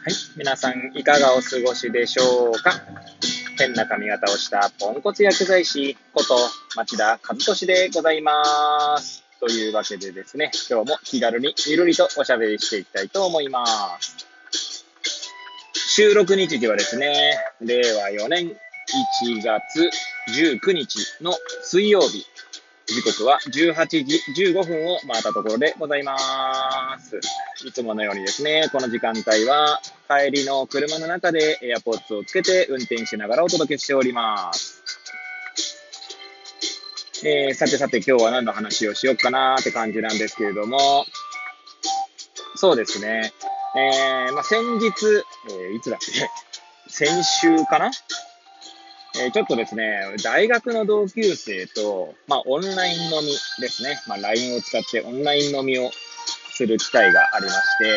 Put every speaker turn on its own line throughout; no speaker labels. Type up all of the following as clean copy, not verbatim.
はい。皆さん、いかがお過ごしでしょうか。変な髪型をしたポンコツ薬剤師こと町田和俊でございます。というわけでですね、今日も気軽にゆるりとおしゃべりしていきたいと思います。収録日時はですね、令和4年1月19日の水曜日。時刻は18時15分を回ったところでございます。いつものようにですね、この時間帯は帰りの車の中でAirPodsをつけて運転しながらお届けしております。さてさて今日は何の話をしようかなって感じなんですけれども、そうですね、先日、いつだっけ、先週かな、ちょっとですね、大学の同級生と、オンライン飲みですね。LINE を使ってオンライン飲みをする機会がありまして、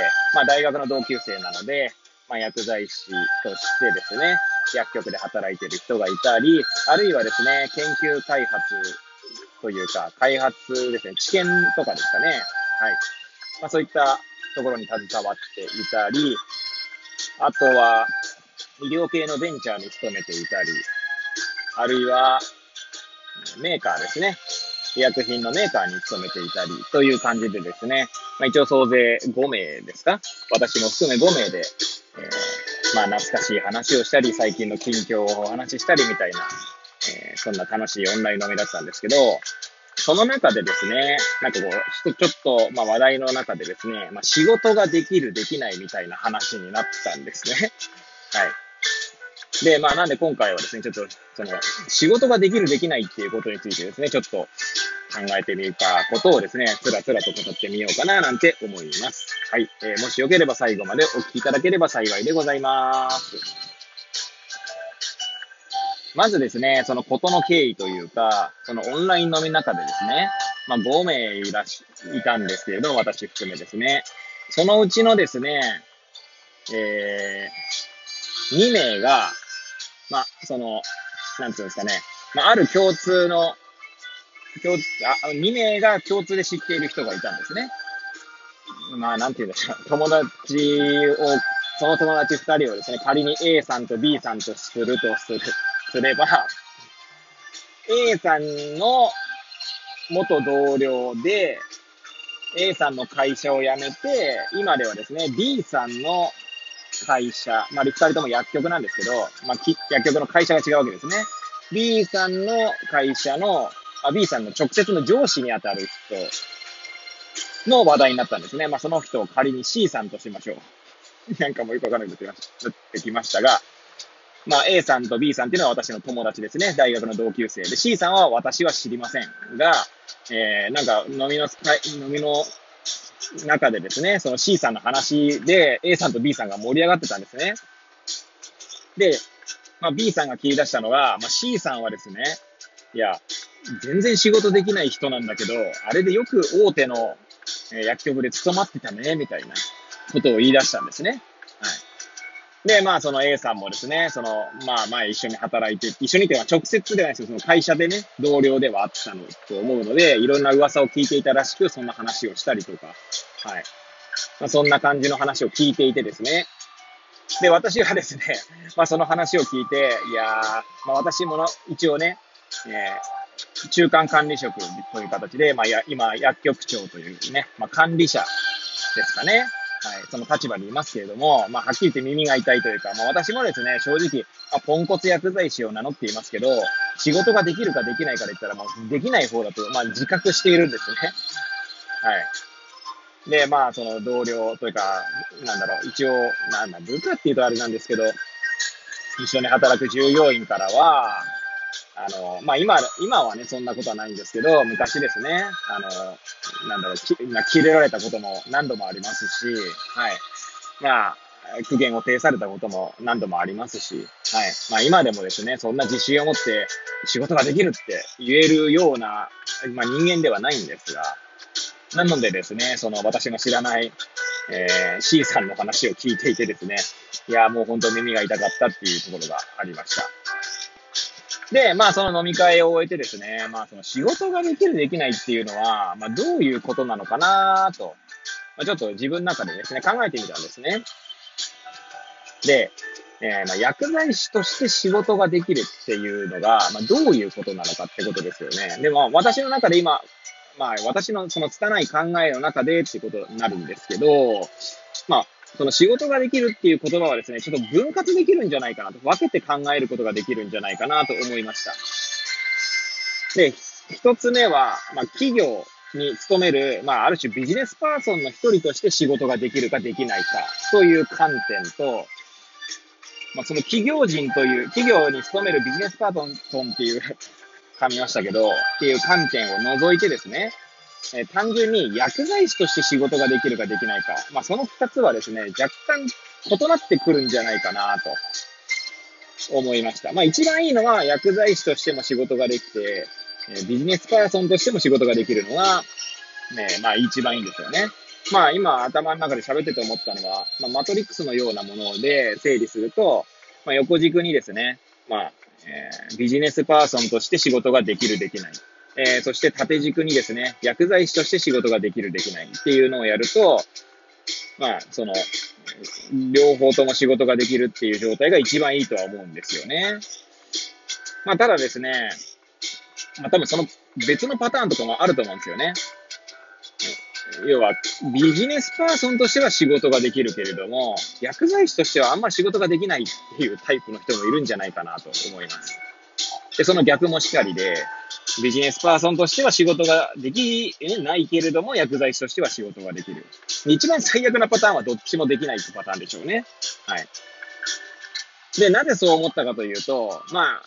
大学の同級生なので、薬剤師としてですね、薬局で働いている人がいたり、あるいはですね、研究開発というか、開発ですね、治験とかですかね。はい。そういったところに携わっていたり、あとは、医療系のベンチャーに勤めていたり、あるいは、メーカーですね。医薬品のメーカーに勤めていたりという感じでですね、一応総勢5名ですか、私も含め5名で、懐かしい話をしたり、最近の近況をお話ししたりみたいな、そんな楽しいオンライン飲みだったんですけど、その中でですね、ちょっと、話題の中でですね、仕事ができる、できないみたいな話になったんですね。はい。で、なんで今回はですね、ちょっと、仕事ができる、できないっていうことについてですね、ちょっと考えてみたことをですね、つらつらと語ってみようかな、なんて思います。はい。もしよければ最後までお聞きいただければ幸いでございます。まずですね、そのことの経緯というか、そのオンライン飲みの中でですね、5名いたんですけれども、私含めですね、そのうちのですね、2名が、なんていうんですかね、ある共通の、2名が共通で知っている人がいたんですね。なんていうんでしょう、その友達2人をですね、仮に A さんと B さんとすれば、A さんの元同僚で、A さんの会社を辞めて、今ではですね、B さんの会社、2人とも薬局なんですけど、薬局の会社が違うわけですね。B さんの会社の、B さんの直接の上司にあたる人の話題になったんですね。その人を仮に C さんとしましょう。なんかもうよくわからなくなってきましたが、A さんと B さんっていうのは私の友達ですね。大学の同級生で、C さんは私は知りませんが、なんか飲みの中でですね、その C さんの話で A さんと B さんが盛り上がってたんですね。で、B さんが切り出したのが、C さんはですね、いや、全然仕事できない人なんだけど、あれでよく大手の薬局で勤まってたね、みたいなことを言い出したんですね。はい。で、その A さんもですね、前一緒に働いて、一緒にっていうのは直接ではないですけど、その会社でね、同僚ではあったのと思うので、いろんな噂を聞いていたらしく、そんな話をしたりとか、はい。そんな感じの話を聞いていてですね。で、私はですね、その話を聞いて、いやー、私も一応ね、中間管理職という形で、今、薬局長というね、管理者ですかね。はい、その立場にいますけれども、はっきり言って耳が痛いというか、私もですね、正直、ポンコツ薬剤師を名乗っていますけど、仕事ができるかできないかで言ったら、できない方だと、自覚しているんですね。はい。で、その同僚というか、一応、部下っていうとあれなんですけど、一緒に働く従業員からは、今はね、そんなことはないんですけど、昔ですね、切れられたことも何度もありますし、はい。苦言を呈されたことも何度もありますし、はい。今でもですね、そんな自信を持って仕事ができるって言えるような、人間ではないんですが、なのでですね、その私の知らない、C さんの話を聞いていてですね、いや、もう本当耳が痛かったっていうところがありました。で、その飲み会を終えてですね、その仕事ができるできないっていうのは、どういうことなのかなと、ちょっと自分の中でですね、考えてみたんですね。 で、薬剤師として仕事ができるっていうのが、どういうことなのかってことですよね。でも、私の中で今、私のその拙い考えの中でっていうことになるんですけど、まあ、その仕事ができるっていう言葉はですね、ちょっと分割できるんじゃないかなと、分けて考えることができるんじゃないかなと思いました。で、一つ目は、企業に勤める、ある種ビジネスパーソンの一人として仕事ができるかできないかという観点と、その企業人という、企業に勤めるビジネスパーソンっていう、噛みましたけど、っていう観点を除いてですね、単純に薬剤師として仕事ができるかできないか、その二つはですね、若干異なってくるんじゃないかなと思いました。一番いいのは薬剤師としても仕事ができて、ビジネスパーソンとしても仕事ができるのが、一番いいんですよね。今頭の中で喋ってて思ったのは、マトリックスのようなもので整理すると、横軸にですね、ビジネスパーソンとして仕事ができるできない。そして縦軸にですね、薬剤師として仕事ができるできないっていうのをやると、その、両方とも仕事ができるっていう状態が一番いいとは思うんですよね。ただですね、多分その別のパターンとかもあると思うんですよね。要は、ビジネスパーソンとしては仕事ができるけれども、薬剤師としてはあんま仕事ができないっていうタイプの人もいるんじゃないかなと思います。で、その逆もしかりで、ビジネスパーソンとしては仕事ができないけれども、薬剤師としては仕事ができる。一番最悪なパターンはどっちもできないってパターンでしょうね。はい。で、なぜそう思ったかというと、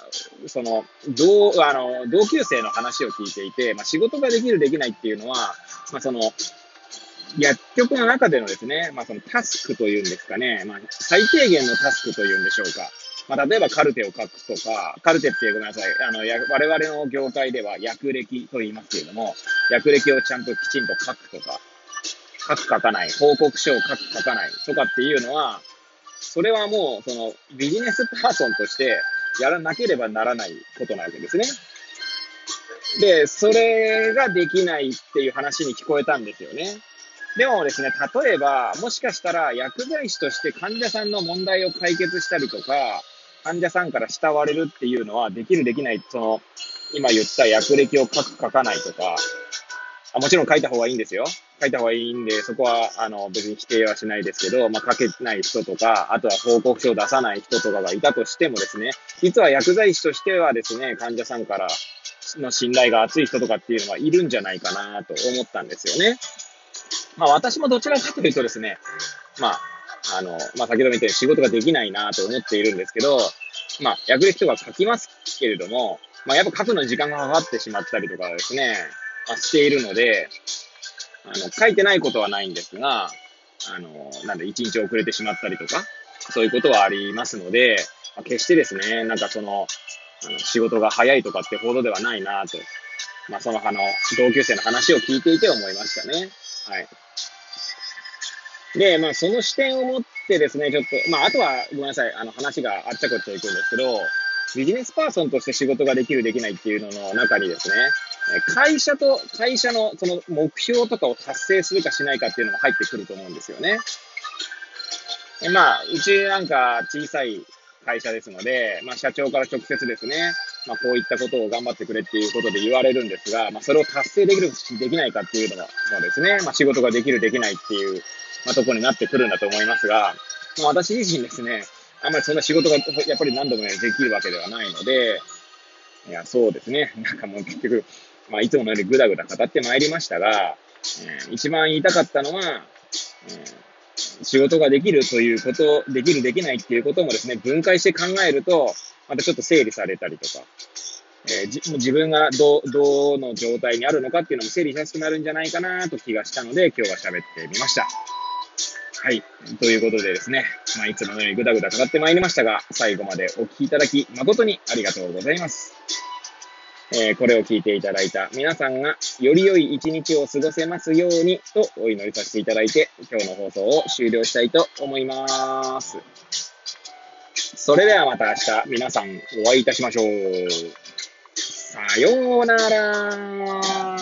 同級生の話を聞いていて、仕事ができるできないっていうのは、薬局の中でのですね、そのタスクというんですかね、最低限のタスクというんでしょうか。例えばカルテを書くとか、カルテってごめんなさい、我々の業界では薬歴と言いますけれども、薬歴をちゃんときちんと書くとか、書く書かない、報告書を書く書かないとかっていうのは、それはもう、その、ビジネスパーソンとしてやらなければならないことなわけですね。で、それができないっていう話に聞こえたんですよね。でもですね、例えば、もしかしたら薬剤師として患者さんの問題を解決したりとか、患者さんから慕われるっていうのは、できるできない、その、今言った薬歴を書く書かないとか、もちろん書いた方がいいんですよ。書いた方がいいんで、そこは、別に否定はしないですけど、書けない人とか、あとは報告書を出さない人とかがいたとしてもですね、実は薬剤師としてはですね、患者さんからの信頼が厚い人とかっていうのはいるんじゃないかなと思ったんですよね。私もどちらかというとですね、先ほども言ったように仕事ができないなと思っているんですけど、薬歴とか書きますけれども、やっぱ書くのに時間がかかってしまったりとかですね、しているので、書いてないことはないんですが、一日遅れてしまったりとか、そういうことはありますので、決してですね、仕事が早いとかってほどではないなと、その同級生の話を聞いていて思いましたね。はい。で、その視点を持ってですね、ちょっと、あとは、ごめんなさい、話があっちゃこっちゃ行くんですけど、ビジネスパーソンとして仕事ができる、できないっていうのの中にですね、会社のその目標とかを達成するかしないかっていうのも入ってくると思うんですよね。うちなんか小さい会社ですので、社長から直接ですね、こういったことを頑張ってくれっていうことで言われるんですが、それを達成できる、できないかっていうのがですね、仕事ができる、できないっていう、ところになってくるんだと思いますが、私自身ですね、あんまりそんな仕事がやっぱり何度もね、できるわけではないので、いや、そうですね。もう結局、いつものようにぐだぐだ語ってまいりましたが、一番言いたかったのは、仕事ができるということ、できる、できないっていうこともですね、分解して考えると、またちょっと整理されたりとか、自分がどの状態にあるのかっていうのも整理しやすくなるんじゃないかなと気がしたので、今日は喋ってみました。はい。ということでですね、いつものようにぐだぐだ語ってまいりましたが、最後までお聞きいただき誠にありがとうございます。これを聞いていただいた皆さんがより良い一日を過ごせますようにとお祈りさせていただいて、今日の放送を終了したいと思います。それではまた明日皆さんお会いいたしましょう。さようなら。